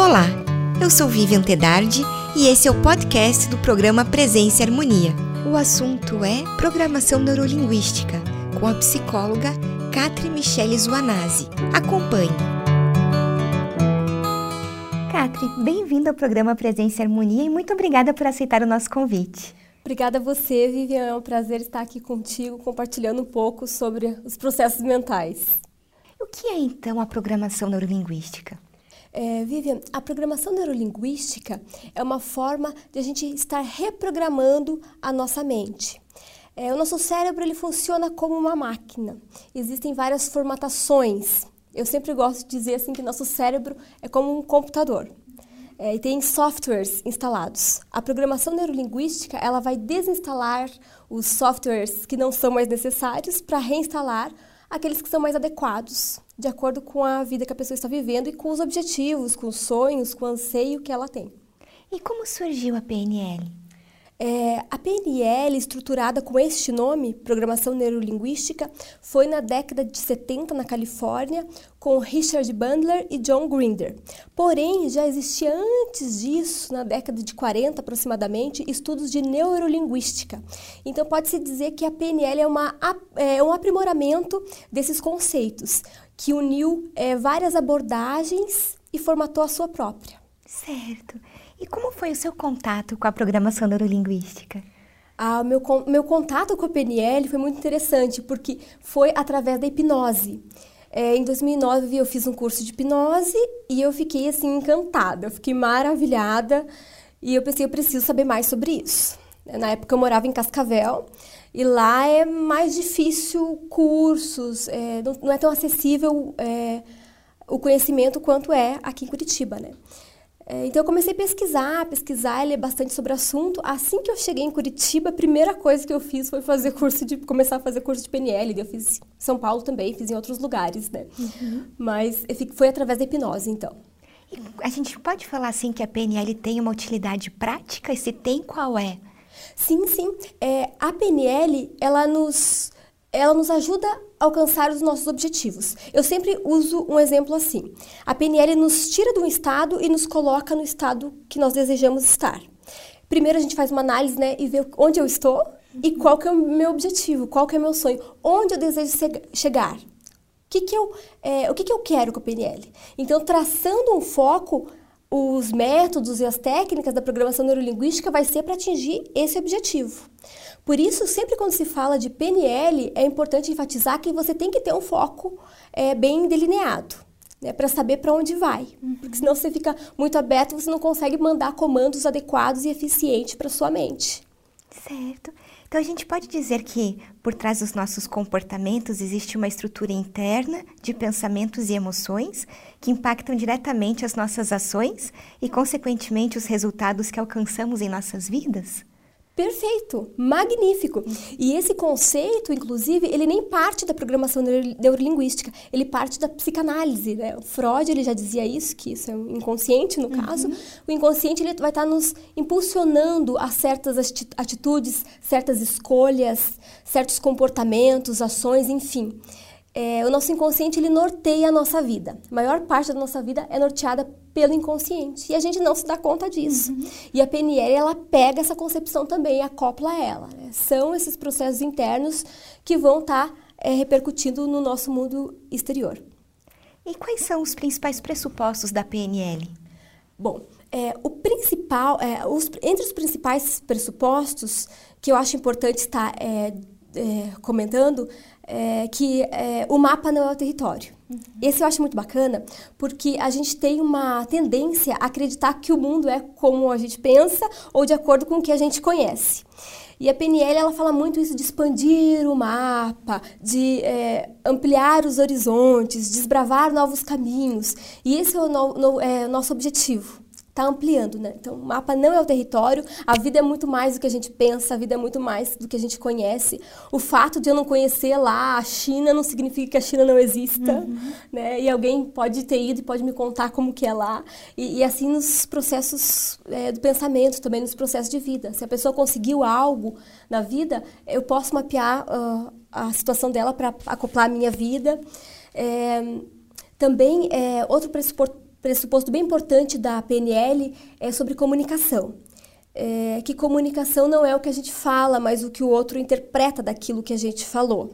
Olá, eu sou Vivian Tedardi e esse é o podcast do programa Presença e Harmonia. O assunto é Programação Neurolinguística, com a psicóloga Catri Michele Zuanazzi. Acompanhe! Catri, bem-vinda ao programa Presença e Harmonia e muito obrigada por aceitar o nosso convite. Obrigada a você, Vivian. É um prazer estar aqui contigo, compartilhando um pouco sobre os processos mentais. O que é, então, a programação neurolinguística? Vivian, a programação neurolinguística é uma forma de a gente estar reprogramando a nossa mente. O nosso cérebro ele funciona como uma máquina. Existem várias formatações. Eu sempre gosto de dizer assim que nosso cérebro é como um computador. E tem softwares instalados. A programação neurolinguística ela vai desinstalar os softwares que não são mais necessários para reinstalar aqueles que são mais adequados, de acordo com a vida que a pessoa está vivendo e com os objetivos, com os sonhos, com o anseio que ela tem. E como surgiu a PNL? A PNL, estruturada com este nome, Programação Neurolinguística, foi na década de 70 na Califórnia, com Richard Bandler e John Grinder. Porém, já existia antes disso, na década de 40 aproximadamente, estudos de neurolinguística. Então, pode-se dizer que a PNL é um aprimoramento desses conceitos, que uniu várias abordagens e formatou a sua própria. Certo. E como foi o seu contato com a programação neurolinguística? Meu contato com a PNL foi muito interessante, porque foi através da hipnose. Em 2009 eu fiz um curso de hipnose e eu fiquei assim encantada, eu fiquei maravilhada e eu pensei, eu preciso saber mais sobre isso. Na época eu morava em Cascavel e lá é mais difícil cursos, não é tão acessível o conhecimento quanto é aqui em Curitiba, né? Então eu comecei a pesquisar, ler bastante sobre o assunto. Assim que eu cheguei em Curitiba, a primeira coisa que eu fiz foi começar a fazer curso de PNL. Eu fiz em São Paulo também, fiz em outros lugares, né? Uhum. Mas foi através da hipnose, então. E a gente pode falar assim que a PNL tem uma utilidade prática? E se tem, qual é? Sim. A PNL, ela nos ajuda a alcançar os nossos objetivos. Eu sempre uso um exemplo assim. A PNL nos tira de um estado e nos coloca no estado que nós desejamos estar. Primeiro a gente faz uma análise, né, e vê onde eu estou e qual que é o meu objetivo, qual que é o meu sonho, onde eu desejo chegar. O que eu quero com a PNL? Então, traçando um foco, os métodos e as técnicas da programação neurolinguística vai ser para atingir esse objetivo. Por isso, sempre quando se fala de PNL, é importante enfatizar que você tem que ter um foco bem delineado, né, para saber para onde vai. Uhum. Porque senão você fica muito aberto, você não consegue mandar comandos adequados e eficientes para sua mente. Certo. Então, a gente pode dizer que por trás dos nossos comportamentos existe uma estrutura interna de pensamentos e emoções que impactam diretamente as nossas ações e, consequentemente, os resultados que alcançamos em nossas vidas? Perfeito, magnífico. E esse conceito, inclusive, ele nem parte da programação neurolinguística, ele parte da psicanálise, né? O Freud, ele já dizia isso, que isso é um inconsciente, no caso. O inconsciente, ele vai estar nos impulsionando a certas atitudes, certas escolhas, certos comportamentos, ações, enfim. O nosso inconsciente, ele norteia a nossa vida. A maior parte da nossa vida é norteada pelo inconsciente. E a gente não se dá conta disso. E a PNL, ela pega essa concepção também e acopla ela. Né? São esses processos internos que vão estar repercutindo no nosso mundo exterior. E quais são os principais pressupostos da PNL? Bom, entre os principais pressupostos que eu acho importante estar comentando, que o mapa não é o território. Esse eu acho muito bacana, porque a gente tem uma tendência a acreditar que o mundo é como a gente pensa ou de acordo com o que a gente conhece. E a PNL, ela fala muito isso de expandir o mapa, de ampliar os horizontes, desbravar novos caminhos. E esse é o nosso objetivo. Está ampliando, né? Então, o mapa não é o território, a vida é muito mais do que a gente pensa, a vida é muito mais do que a gente conhece. O fato de eu não conhecer lá a China não significa que a China não exista, né? E alguém pode ter ido e pode me contar como que é lá. E assim nos processos do pensamento, também nos processos de vida. Se a pessoa conseguiu algo na vida, eu posso mapear a situação dela para acoplar a minha vida. Também, outro pressuposto bem importante da PNL é sobre comunicação. Que comunicação não é o que a gente fala, mas o que o outro interpreta daquilo que a gente falou.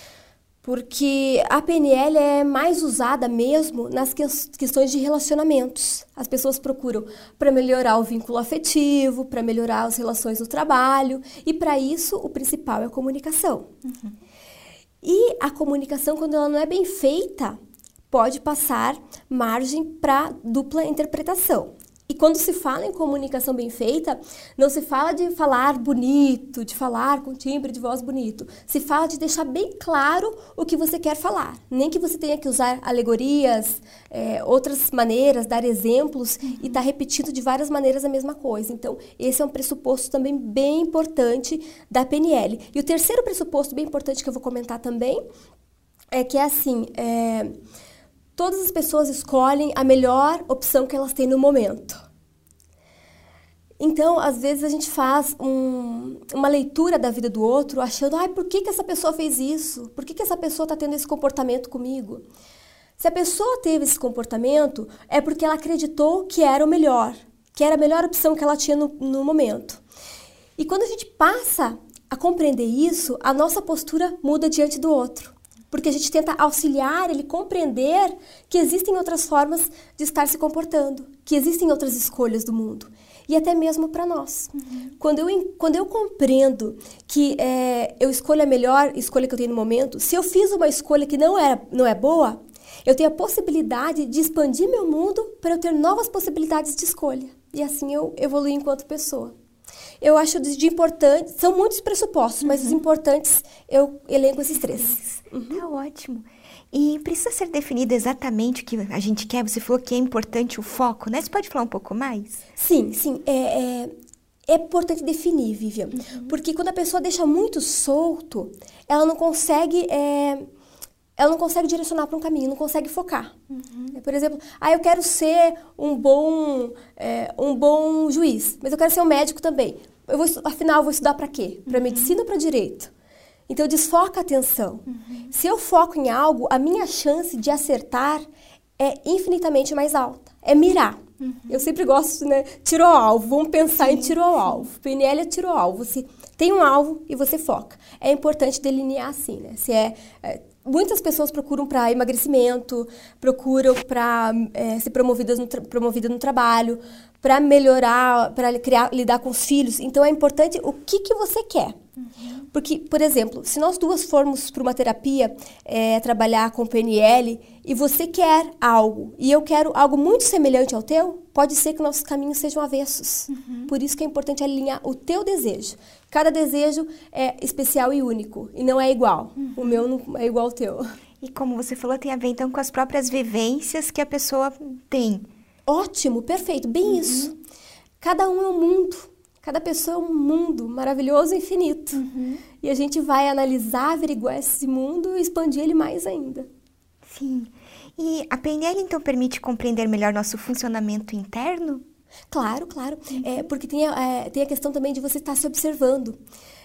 Porque a PNL é mais usada mesmo nas questões de relacionamentos. As pessoas procuram para melhorar o vínculo afetivo, para melhorar as relações no trabalho, e para isso o principal é a comunicação. E a comunicação, quando ela não é bem feita, pode passar margem para dupla interpretação. E quando se fala em comunicação bem feita, não se fala de falar bonito, de falar com timbre de voz bonito. Se fala de deixar bem claro o que você quer falar. Nem que você tenha que usar alegorias, outras maneiras, dar exemplos e estar repetindo de várias maneiras a mesma coisa. Então, esse é um pressuposto também bem importante da PNL. E o terceiro pressuposto bem importante que eu vou comentar também é que é assim... Todas as pessoas escolhem a melhor opção que elas têm no momento. Então, às vezes, a gente faz uma leitura da vida do outro achando, por que essa pessoa fez isso? Por que essa pessoa está tendo esse comportamento comigo? Se a pessoa teve esse comportamento, é porque ela acreditou que era o melhor, que era a melhor opção que ela tinha no momento. E quando a gente passa a compreender isso, a nossa postura muda diante do outro. Porque a gente tenta auxiliar ele compreender que existem outras formas de estar se comportando, que existem outras escolhas do mundo, e até mesmo para nós. Quando eu compreendo que eu escolho a melhor escolha que eu tenho no momento, se eu fiz uma escolha que não é boa, eu tenho a possibilidade de expandir meu mundo para eu ter novas possibilidades de escolha, e assim eu evoluir enquanto pessoa. Eu acho de importante, são muitos pressupostos, mas os importantes eu elenco esses 3. Tá ótimo. E precisa ser definido exatamente o que a gente quer? Você falou que é importante o foco, né? Você pode falar um pouco mais? Sim. É importante definir, Vivian, porque quando a pessoa deixa muito solto, ela não consegue direcionar para um caminho, não consegue focar. Por exemplo, eu quero ser um bom juiz, mas eu quero ser um médico também. Afinal, eu vou estudar para quê? Para medicina ou para direito? Então, desfoca a atenção. Se eu foco em algo, a minha chance de acertar é infinitamente mais alta. É mirar. Eu sempre gosto, né? Tiro ao alvo. Vamos pensar em tiro ao alvo. PNL é tiro ao alvo. Você tem um alvo e você foca. É importante delinear assim, né? Muitas pessoas procuram para emagrecimento, procuram para ser promovida no trabalho, para melhorar, para lidar com os filhos. Então, é importante o que você quer. Porque, por exemplo, se nós duas formos para uma terapia trabalhar com PNL e você quer algo e eu quero algo muito semelhante ao teu, pode ser que nossos caminhos sejam avessos. Por isso que é importante alinhar o teu desejo. Cada desejo é especial e único e não é igual. O meu não é igual ao teu. E como você falou, tem a ver então com as próprias vivências que a pessoa tem. Ótimo, perfeito, bem isso. Cada um é um mundo. Cada pessoa é um mundo maravilhoso e infinito. E a gente vai analisar, averiguar esse mundo e expandir ele mais ainda. Sim. E a PNL, então, permite compreender melhor nosso funcionamento interno? Claro. Porque tem a questão também de você estar se observando.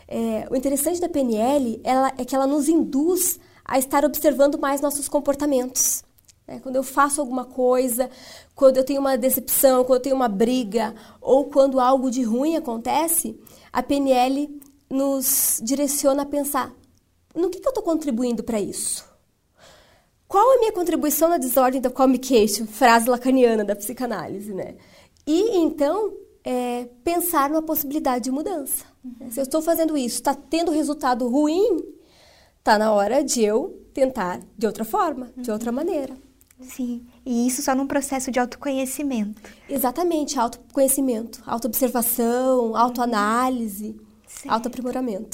O interessante da PNL é que ela nos induz a estar observando mais nossos comportamentos. Quando eu faço alguma coisa, quando eu tenho uma decepção, quando eu tenho uma briga, ou quando algo de ruim acontece, a PNL nos direciona a pensar, no que eu estou contribuindo para isso? Qual é a minha contribuição na desordem da communication? Frase lacaniana da psicanálise, né? E, então, pensar numa possibilidade de mudança. Se eu estou fazendo isso, está tendo resultado ruim, está na hora de eu tentar de outra forma, de outra maneira. Sim, e isso só num processo de autoconhecimento. Exatamente, autoconhecimento, autoobservação, autoanálise, autoaprimoramento.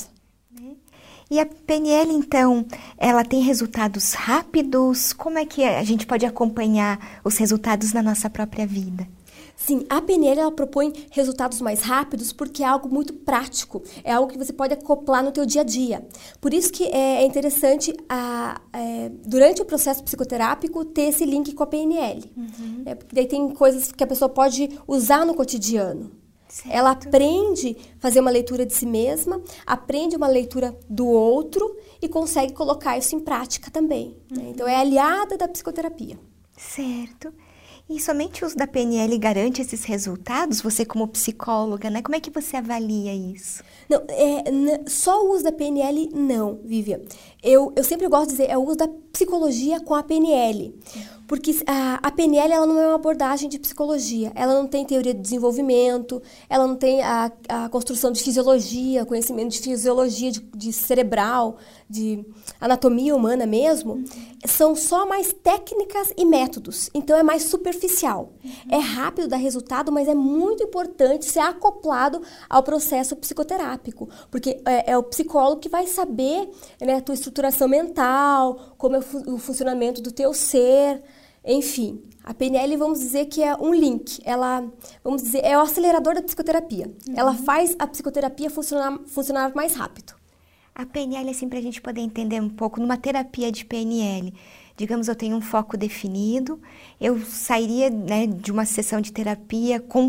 E a PNL, então, ela tem resultados rápidos? Como é que a gente pode acompanhar os resultados na nossa própria vida? Sim, a PNL ela propõe resultados mais rápidos porque é algo muito prático, é algo que você pode acoplar no teu dia a dia. Por isso que é interessante, durante o processo psicoterápico, ter esse link com a PNL. Porque daí tem coisas que a pessoa pode usar no cotidiano. Certo. Ela aprende a fazer uma leitura de si mesma, aprende uma leitura do outro e consegue colocar isso em prática também. Então, é aliada da psicoterapia. Certo. E somente o uso da PNL garante esses resultados? Você como psicóloga, né? Como é que você avalia isso? Não, só o uso da PNL não, Vivian. Eu sempre gosto de dizer, é o uso da psicologia com a PNL. Porque a PNL ela não é uma abordagem de psicologia, ela não tem teoria de desenvolvimento, ela não tem a construção de fisiologia, conhecimento de fisiologia de cerebral, de anatomia humana mesmo. São só mais técnicas e métodos, então é mais superficial. É rápido dar resultado, mas é muito importante ser acoplado ao processo psicoterápico, porque é o psicólogo que vai saber, né, a tua estruturação mental, como é o funcionamento do teu ser. Enfim, a PNL, vamos dizer que é um link, vamos dizer, é o acelerador da psicoterapia. Ela faz a psicoterapia funcionar mais rápido. A PNL, assim, para a gente poder entender um pouco, numa terapia de PNL, digamos, eu tenho um foco definido, eu sairia, né, de uma sessão de terapia com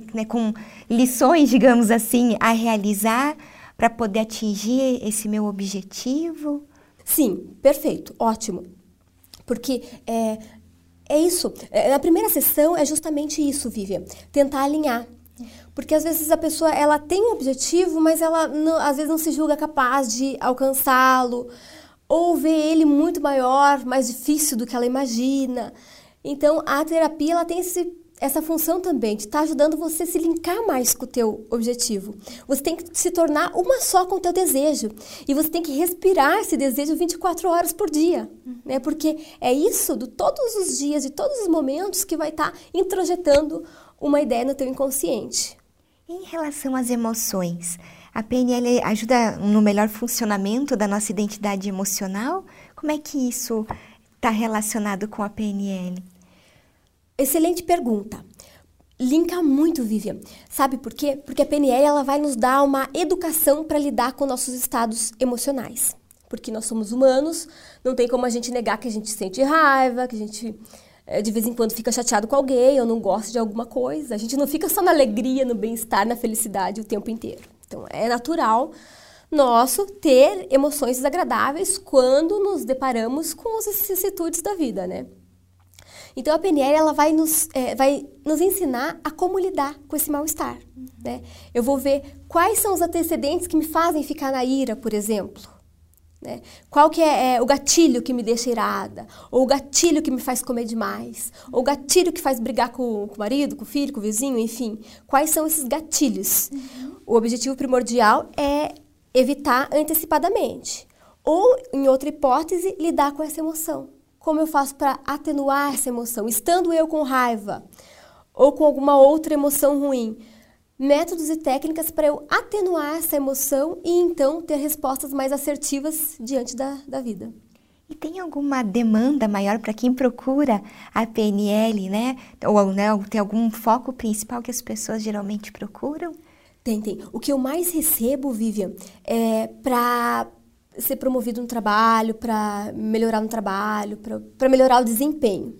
lições, digamos assim, a realizar para poder atingir esse meu objetivo? Sim, perfeito, ótimo. Porque é isso. Na primeira sessão é justamente isso, Vivian. Tentar alinhar. Porque às vezes a pessoa ela tem um objetivo, mas ela às vezes não se julga capaz de alcançá-lo. Ou vê ele muito maior, mais difícil do que ela imagina. Então a terapia ela tem essa função também de estar ajudando você a se linkar mais com o teu objetivo. Você tem que se tornar uma só com o teu desejo. E você tem que respirar esse desejo 24 horas por dia. Né? Porque é isso, de todos os dias, de todos os momentos, que vai estar introjetando uma ideia no teu inconsciente. Em relação às emoções, a PNL ajuda no melhor funcionamento da nossa identidade emocional? Como é que isso está relacionado com a PNL? Excelente pergunta. Linka muito, Vivian. Sabe por quê? Porque a PNL ela vai nos dar uma educação para lidar com nossos estados emocionais. Porque nós somos humanos, não tem como a gente negar que a gente sente raiva, que a gente de vez em quando fica chateado com alguém ou não gosta de alguma coisa. A gente não fica só na alegria, no bem-estar, na felicidade o tempo inteiro. Então, é natural nosso ter emoções desagradáveis quando nos deparamos com as vicissitudes da vida, né? Então, a PNL ela vai nos ensinar a como lidar com esse mal-estar. Né? Eu vou ver quais são os antecedentes que me fazem ficar na ira, por exemplo. Né? Qual que é o gatilho que me deixa irada? Ou o gatilho que me faz comer demais? Ou o gatilho que faz brigar com o marido, com o filho, com o vizinho, enfim. Quais são esses gatilhos? O objetivo primordial é evitar antecipadamente. Ou, em outra hipótese, lidar com essa emoção. Como eu faço para atenuar essa emoção? Estando eu com raiva ou com alguma outra emoção ruim. Métodos e técnicas para eu atenuar essa emoção e então ter respostas mais assertivas diante da vida. E tem alguma demanda maior para quem procura a PNL, né? Ou não, tem algum foco principal que as pessoas geralmente procuram? Tem. O que eu mais recebo, Vivian, é para ser promovido no trabalho, para melhorar no trabalho, para melhorar o desempenho.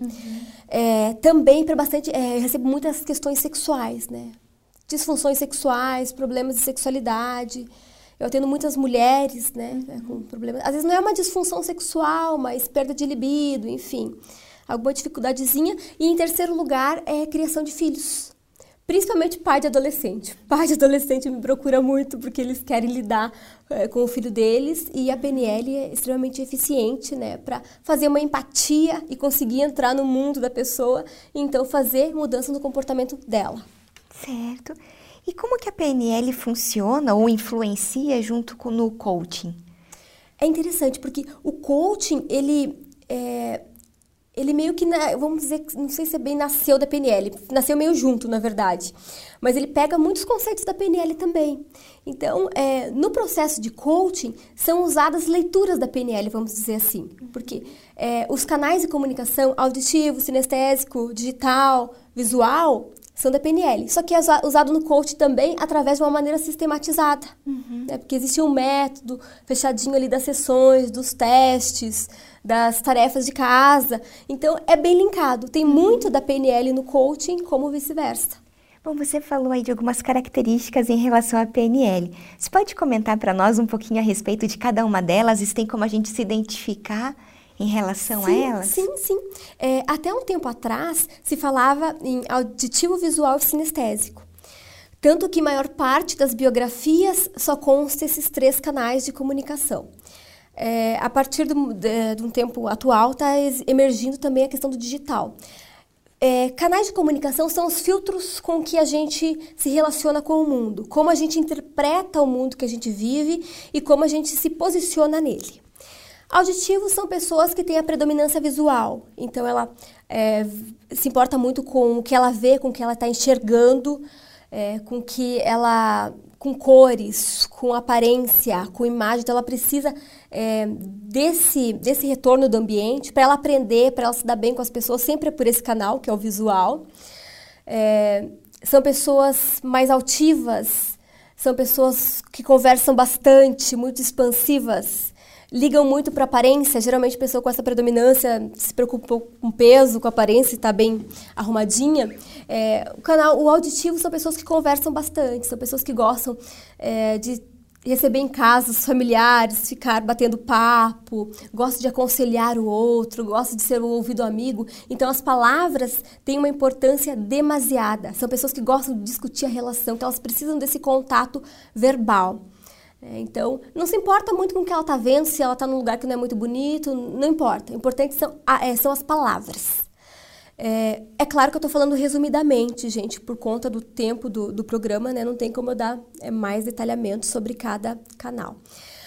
Também para bastante... eu recebo muitas questões sexuais, né? Disfunções sexuais, problemas de sexualidade. Eu atendo muitas mulheres, né, com problemas. Às vezes não é uma disfunção sexual, mas perda de libido, enfim. Alguma dificuldadezinha. E em terceiro lugar, é criação de filhos. Principalmente pai de adolescente. Pai de adolescente me procura muito porque eles querem lidar com o filho deles. E a PNL é extremamente eficiente, né, para fazer uma empatia e conseguir entrar no mundo da pessoa. E então fazer mudança no comportamento dela. Certo. E como que a PNL funciona ou influencia junto no coaching? É interessante, porque o coaching, ele meio que, vamos dizer, não sei se bem nasceu da PNL, nasceu meio junto, na verdade. Mas ele pega muitos conceitos da PNL também. Então, no processo de coaching, são usadas leituras da PNL, vamos dizer assim. Porque os canais de comunicação, auditivo, sinestésico, digital, visual, são da PNL. Só que é usado no coaching também através de uma maneira sistematizada. Né? Porque existe um método fechadinho ali das sessões, dos testes, das tarefas de casa. Então, é bem linkado. Tem muito da PNL no coaching, como vice-versa. Bom, você falou aí de algumas características em relação à PNL. Você pode comentar para nós um pouquinho a respeito de cada uma delas? Se tem como a gente se identificar em relação a elas? Sim. Até um tempo atrás, se falava em auditivo, visual e sinestésico. Tanto que a maior parte das biografias só consta esses 3 canais de comunicação. A partir de um tempo atual, está emergindo também a questão do digital. Canais de comunicação são os filtros com que a gente se relaciona com o mundo, como a gente interpreta o mundo que a gente vive e como a gente se posiciona nele. Auditivos são pessoas que têm a predominância visual, então ela se importa muito com o que ela vê, com o que ela está enxergando, com cores, com aparência, com imagem. Então ela precisa desse retorno do ambiente para ela aprender, para ela se dar bem com as pessoas, sempre é por esse canal, que é o visual. São pessoas mais altivas, são pessoas que conversam bastante, muito expansivas, ligam muito para a aparência. Geralmente a pessoa com essa predominância se preocupa com peso, com a aparência, está bem arrumadinha. O auditivo são pessoas que conversam bastante, são pessoas que gostam de receber em casa os familiares, ficar batendo papo, gostam de aconselhar o outro, gostam de ser o ouvido amigo. Então as palavras têm uma importância demasiada. São pessoas que gostam de discutir a relação, que elas precisam desse contato verbal. Então, não se importa muito com o que ela está vendo, se ela está num lugar que não é muito bonito, não importa. O importante são as palavras. É claro que eu estou falando resumidamente, gente, por conta do tempo do programa, né? Não tem como eu dar mais detalhamento sobre cada canal.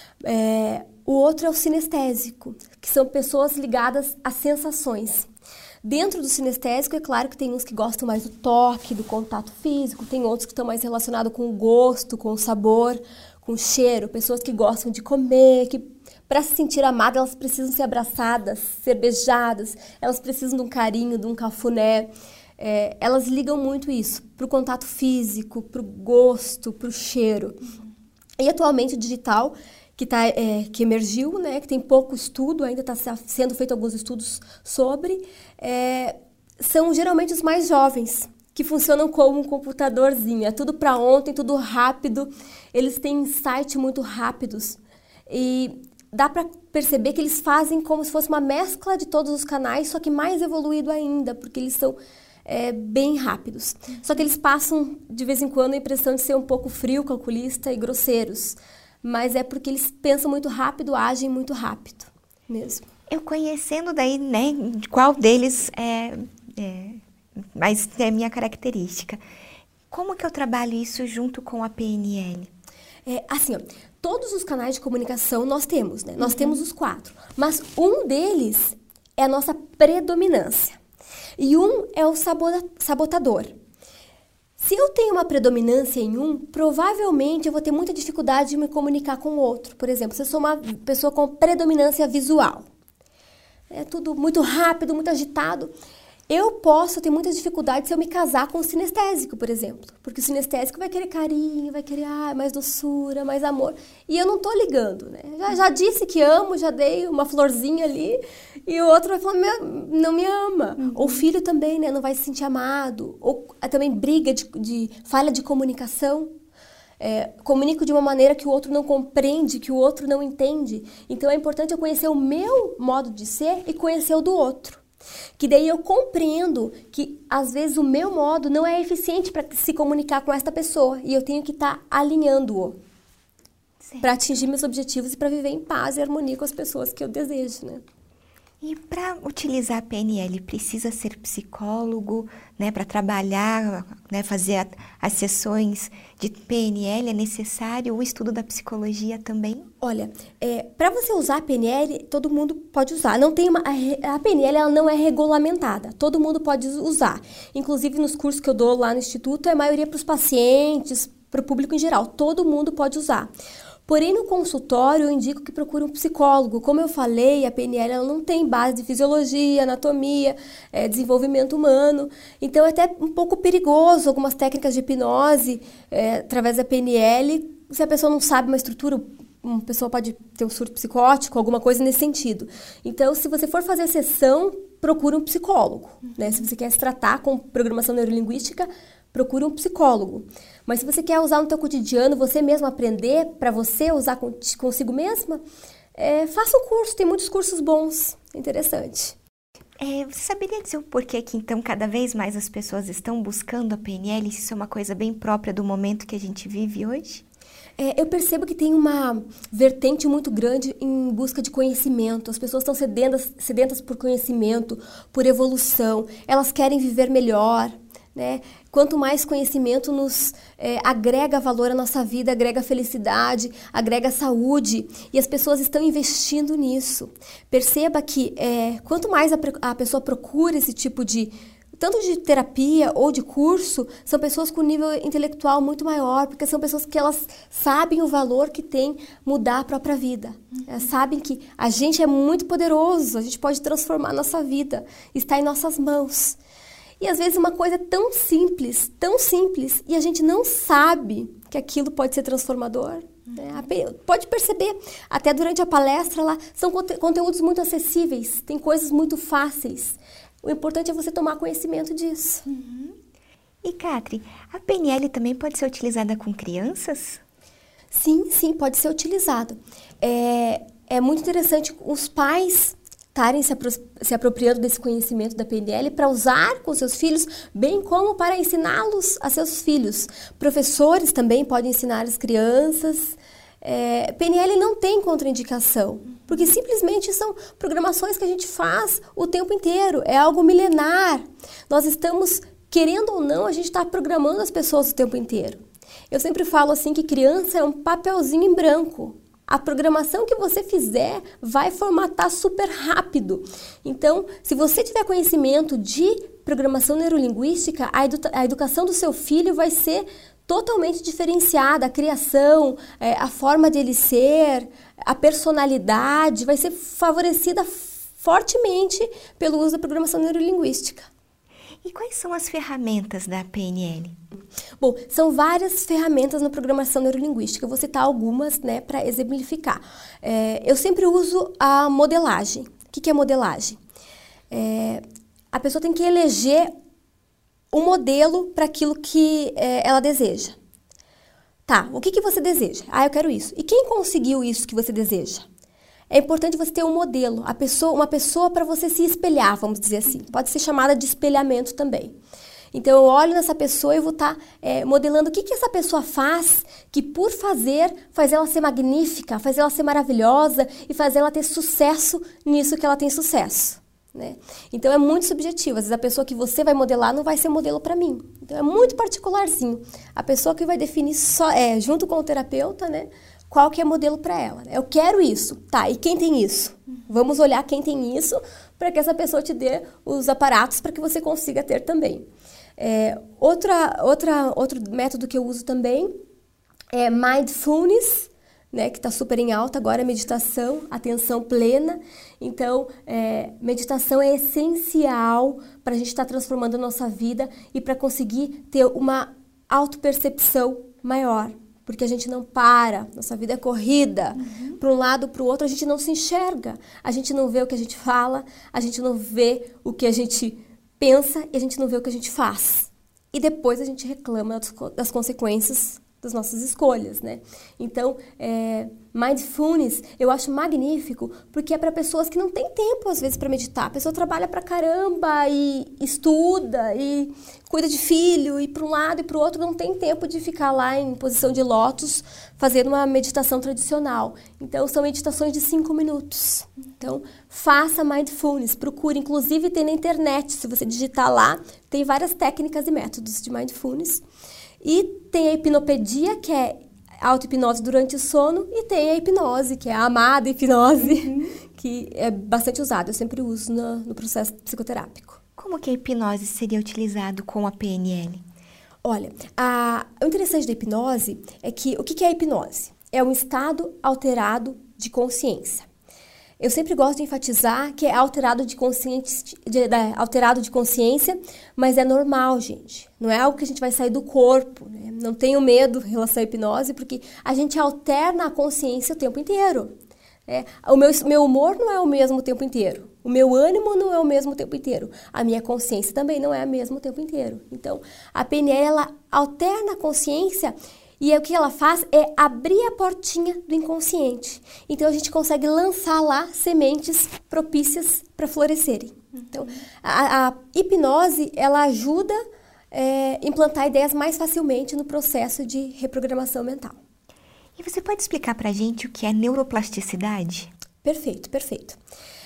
O outro é o sinestésico, que são pessoas ligadas às sensações. Dentro do sinestésico, é claro que tem uns que gostam mais do toque, do contato físico, tem outros que estão mais relacionados com o gosto, com o sabor, com o cheiro, pessoas que gostam de comer, que para se sentir amadas, elas precisam ser abraçadas, ser beijadas, elas precisam de um carinho, de um cafuné. Elas ligam muito isso para o contato físico, para o gosto, para o cheiro. E atualmente o digital, que emergiu, né, que tem pouco estudo, ainda está sendo feito alguns estudos sobre, são geralmente os mais jovens, que funcionam como um computadorzinho. É tudo para ontem, tudo rápido. Eles têm insights muito rápidos. E dá para perceber que eles fazem como se fosse uma mescla de todos os canais, só que mais evoluído ainda, porque eles são bem rápidos. Só que eles passam, de vez em quando, a impressão de ser um pouco frio, calculista e grosseiros. Mas é porque eles pensam muito rápido, agem muito rápido mesmo. Eu conhecendo daí, né, qual deles mas é a minha característica. Como que eu trabalho isso junto com a PNL? Assim, ó, todos os canais de comunicação nós temos, né? Nós temos os 4. Mas um deles é a nossa predominância. E um é o sabotador. Se eu tenho uma predominância em um, provavelmente eu vou ter muita dificuldade de me comunicar com o outro. Por exemplo, se eu sou uma pessoa com predominância visual, é tudo muito rápido, muito agitado, eu posso ter muita dificuldade se eu me casar com o sinestésico, por exemplo. Porque o sinestésico vai querer carinho, vai querer mais doçura, mais amor. E eu não tô ligando, né? Já disse que amo, já dei uma florzinha ali. E o outro vai falar, não me ama. Ou o filho também, né? Não vai se sentir amado. Ou também briga de falha de comunicação. Comunico de uma maneira que o outro não compreende, que o outro não entende. Então é importante eu conhecer o meu modo de ser e conhecer o do outro. Que daí eu compreendo que, às vezes, o meu modo não é eficiente para se comunicar com esta pessoa. E eu tenho que estar alinhando-o para atingir meus objetivos e para viver em paz e harmonia com as pessoas que eu desejo, né? E para utilizar a PNL, precisa ser psicólogo, né? Para trabalhar, né? Fazer as sessões de PNL, é necessário o estudo da psicologia também? Olha, para você usar a PNL, todo mundo pode usar. A PNL ela não é regulamentada, todo mundo pode usar. Inclusive nos cursos que eu dou lá no Instituto, a maioria para os pacientes, para o público em geral, todo mundo pode usar. Porém, no consultório, eu indico que procure um psicólogo. Como eu falei, a PNL ela não tem base de fisiologia, anatomia, desenvolvimento humano. Então, é até um pouco perigoso algumas técnicas de hipnose através da PNL. Se a pessoa não sabe uma estrutura, uma pessoa pode ter um surto psicótico, alguma coisa nesse sentido. Então, se você for fazer a sessão, procure um psicólogo. Né? Se você quer se tratar com programação neurolinguística, procure um psicólogo. Mas se você quer usar no teu cotidiano, você mesmo aprender, para você usar consigo mesma, faça um curso, tem muitos cursos bons. interessante. Você saberia dizer o porquê que, então, cada vez mais as pessoas estão buscando a PNL? Se isso é uma coisa bem própria do momento que a gente vive hoje? Eu percebo que tem uma vertente muito grande em busca de conhecimento. As pessoas estão sedentas por conhecimento, por evolução. Elas querem viver melhor, né? Quanto mais conhecimento nos agrega valor à nossa vida, agrega felicidade, agrega saúde. E as pessoas estão investindo nisso. Perceba que quanto mais a pessoa procura esse tipo de tanto de terapia ou de curso, são pessoas com nível intelectual muito maior, porque são pessoas que elas sabem o valor que tem mudar a própria vida. Elas sabem que a gente é muito poderoso, a gente pode transformar a nossa vida, está em nossas mãos. E às vezes uma coisa tão simples, e a gente não sabe que aquilo pode ser transformador. Pode perceber, até durante a palestra lá, são conteúdos muito acessíveis, tem coisas muito fáceis. O importante é você tomar conhecimento disso. E, Catri, a PNL também pode ser utilizada com crianças? Sim, pode ser utilizado. É muito interessante os pais estarem se apropriando desse conhecimento da PNL para usar com seus filhos, bem como para ensiná-los a seus filhos. Professores também podem ensinar as crianças. PNL não tem contraindicação, porque simplesmente são programações que a gente faz o tempo inteiro, é algo milenar. Nós estamos, querendo ou não, a gente está programando as pessoas o tempo inteiro. Eu sempre falo assim que criança é um papelzinho em branco. A programação que você fizer vai formatar super rápido. Então, se você tiver conhecimento de programação neurolinguística, a educação do seu filho vai ser totalmente diferenciada, a criação, a forma de ele ser, a personalidade vai ser favorecida fortemente pelo uso da programação neurolinguística. E quais são as ferramentas da PNL? Bom, são várias ferramentas na programação neurolinguística. Eu vou citar algumas, né, para exemplificar. Eu sempre uso a modelagem. O que é modelagem? A pessoa tem que eleger um modelo para aquilo que ela deseja. Tá, o que você deseja? Eu quero isso. E quem conseguiu isso que você deseja? É importante você ter um modelo, uma pessoa para você se espelhar, vamos dizer assim. Pode ser chamada de espelhamento também. Então, eu olho nessa pessoa e vou estar modelando o que essa pessoa faz, que por fazer, faz ela ser magnífica, faz ela ser maravilhosa e faz ela ter sucesso nisso que ela tem sucesso. Né? Então, é muito subjetivo. Às vezes, a pessoa que você vai modelar não vai ser modelo para mim. Então, é muito particularzinho. A pessoa que vai definir junto com o terapeuta, né, qual que é modelo para ela. Eu quero isso. Tá, e quem tem isso? Vamos olhar quem tem isso para que essa pessoa te dê os aparatos para que você consiga ter também. Outro método que eu uso também é Mindfulness, né, que está super em alta agora, é meditação, atenção plena. Então, meditação é essencial para a gente estar transformando a nossa vida e para conseguir ter uma autopercepção maior. Porque a gente não para, nossa vida é corrida, para um lado, para o outro, a gente não se enxerga, a gente não vê o que a gente fala, a gente não vê o que a gente pensa e a gente não vê o que a gente faz. E depois a gente reclama das consequências das nossas escolhas, né? Então, Mindfulness eu acho magnífico porque é para pessoas que não têm tempo, às vezes, para meditar. A pessoa trabalha pra caramba e estuda e cuida de filho e para um lado e para o outro não tem tempo de ficar lá em posição de lótus fazendo uma meditação tradicional. Então, são meditações de 5 minutos. Então, faça Mindfulness, procure. Inclusive, tem na internet, se você digitar lá, tem várias técnicas e métodos de Mindfulness. E tem a hipnopedia, que é auto-hipnose durante o sono, e tem a hipnose, que é a amada hipnose, que é bastante usada. Eu sempre uso no processo psicoterápico. Como que a hipnose seria utilizado com a PNL? Olha, o interessante da hipnose é que o que é a hipnose? É um estado alterado de consciência. Eu sempre gosto de enfatizar que é alterado de consciência, mas é normal, gente. Não é algo que a gente vai sair do corpo, né? Não tenho medo em relação à hipnose, porque a gente alterna a consciência o tempo inteiro. O meu humor não é o mesmo o tempo inteiro. O meu ânimo não é o mesmo o tempo inteiro. A minha consciência também não é a mesma o tempo inteiro. Então, a PNL, ela alterna a consciência E aí, o que ela faz é abrir a portinha do inconsciente. Então, a gente consegue lançar lá sementes propícias para florescerem. Então, a hipnose, ela ajuda a implantar ideias mais facilmente no processo de reprogramação mental. E você pode explicar para a gente o que é neuroplasticidade? Perfeito, perfeito.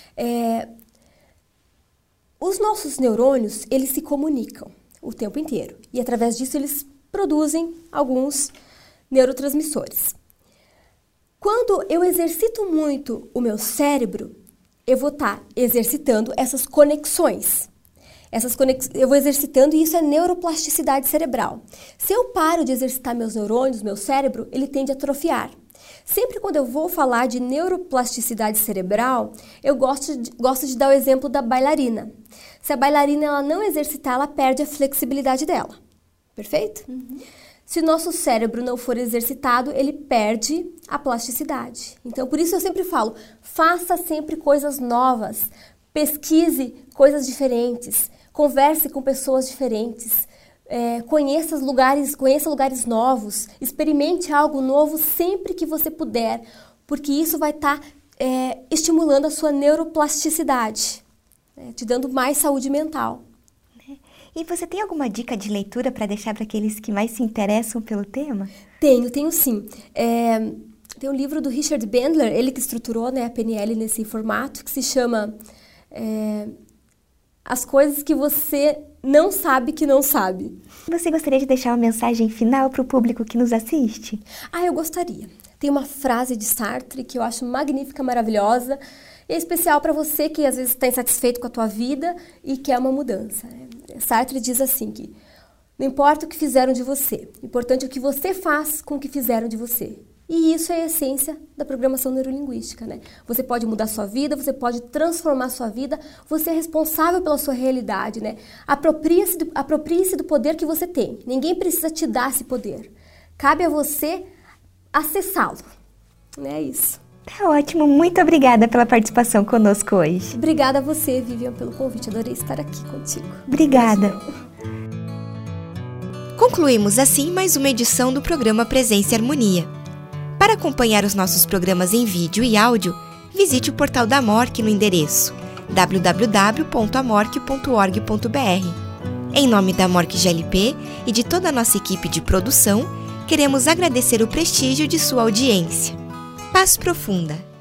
Os nossos neurônios, eles se comunicam o tempo inteiro. E, através disso, eles produzem alguns neurotransmissores. Quando eu exercito muito o meu cérebro, eu vou estar exercitando essas conexões. Eu vou exercitando e isso é neuroplasticidade cerebral. Se eu paro de exercitar meus neurônios, meu cérebro, ele tende a atrofiar. Sempre quando eu vou falar de neuroplasticidade cerebral, eu gosto de dar o exemplo da bailarina. Se a bailarina ela não exercitar, ela perde a flexibilidade dela. Perfeito? Se o nosso cérebro não for exercitado, ele perde a plasticidade. Então, por isso eu sempre falo, faça sempre coisas novas, pesquise coisas diferentes, converse com pessoas diferentes, conheça lugares novos, experimente algo novo sempre que você puder, porque isso vai estar estimulando a sua neuroplasticidade, te dando mais saúde mental. E você tem alguma dica de leitura para deixar para aqueles que mais se interessam pelo tema? Tenho sim. Tem um livro do Richard Bandler, ele que estruturou, a PNL nesse formato, que se chama As Coisas que Você Não Sabe que Não Sabe. Você gostaria de deixar uma mensagem final para o público que nos assiste? Eu gostaria. Tem uma frase de Sartre que eu acho magnífica, maravilhosa, e é especial para você que às vezes está insatisfeito com a tua vida e quer uma mudança. Sartre diz assim que não importa o que fizeram de você, o importante é o que você faz com o que fizeram de você. E isso é a essência da programação neurolinguística, Você pode mudar sua vida, você pode transformar sua vida, você é responsável pela sua realidade, Aproprie-se do poder que você tem. Ninguém precisa te dar esse poder. Cabe a você acessá-lo. É isso. Tá ótimo. Muito obrigada pela participação conosco hoje. Obrigada a você, Vivian, pelo convite. Adorei estar aqui contigo. Obrigada. Concluímos assim mais uma edição do programa Presença e Harmonia. Para acompanhar os nossos programas em vídeo e áudio, visite o portal da Amorque no endereço www.amorque.org.br. Em nome da Amorque GLP e de toda a nossa equipe de produção, queremos agradecer o prestígio de sua audiência. Paz profunda!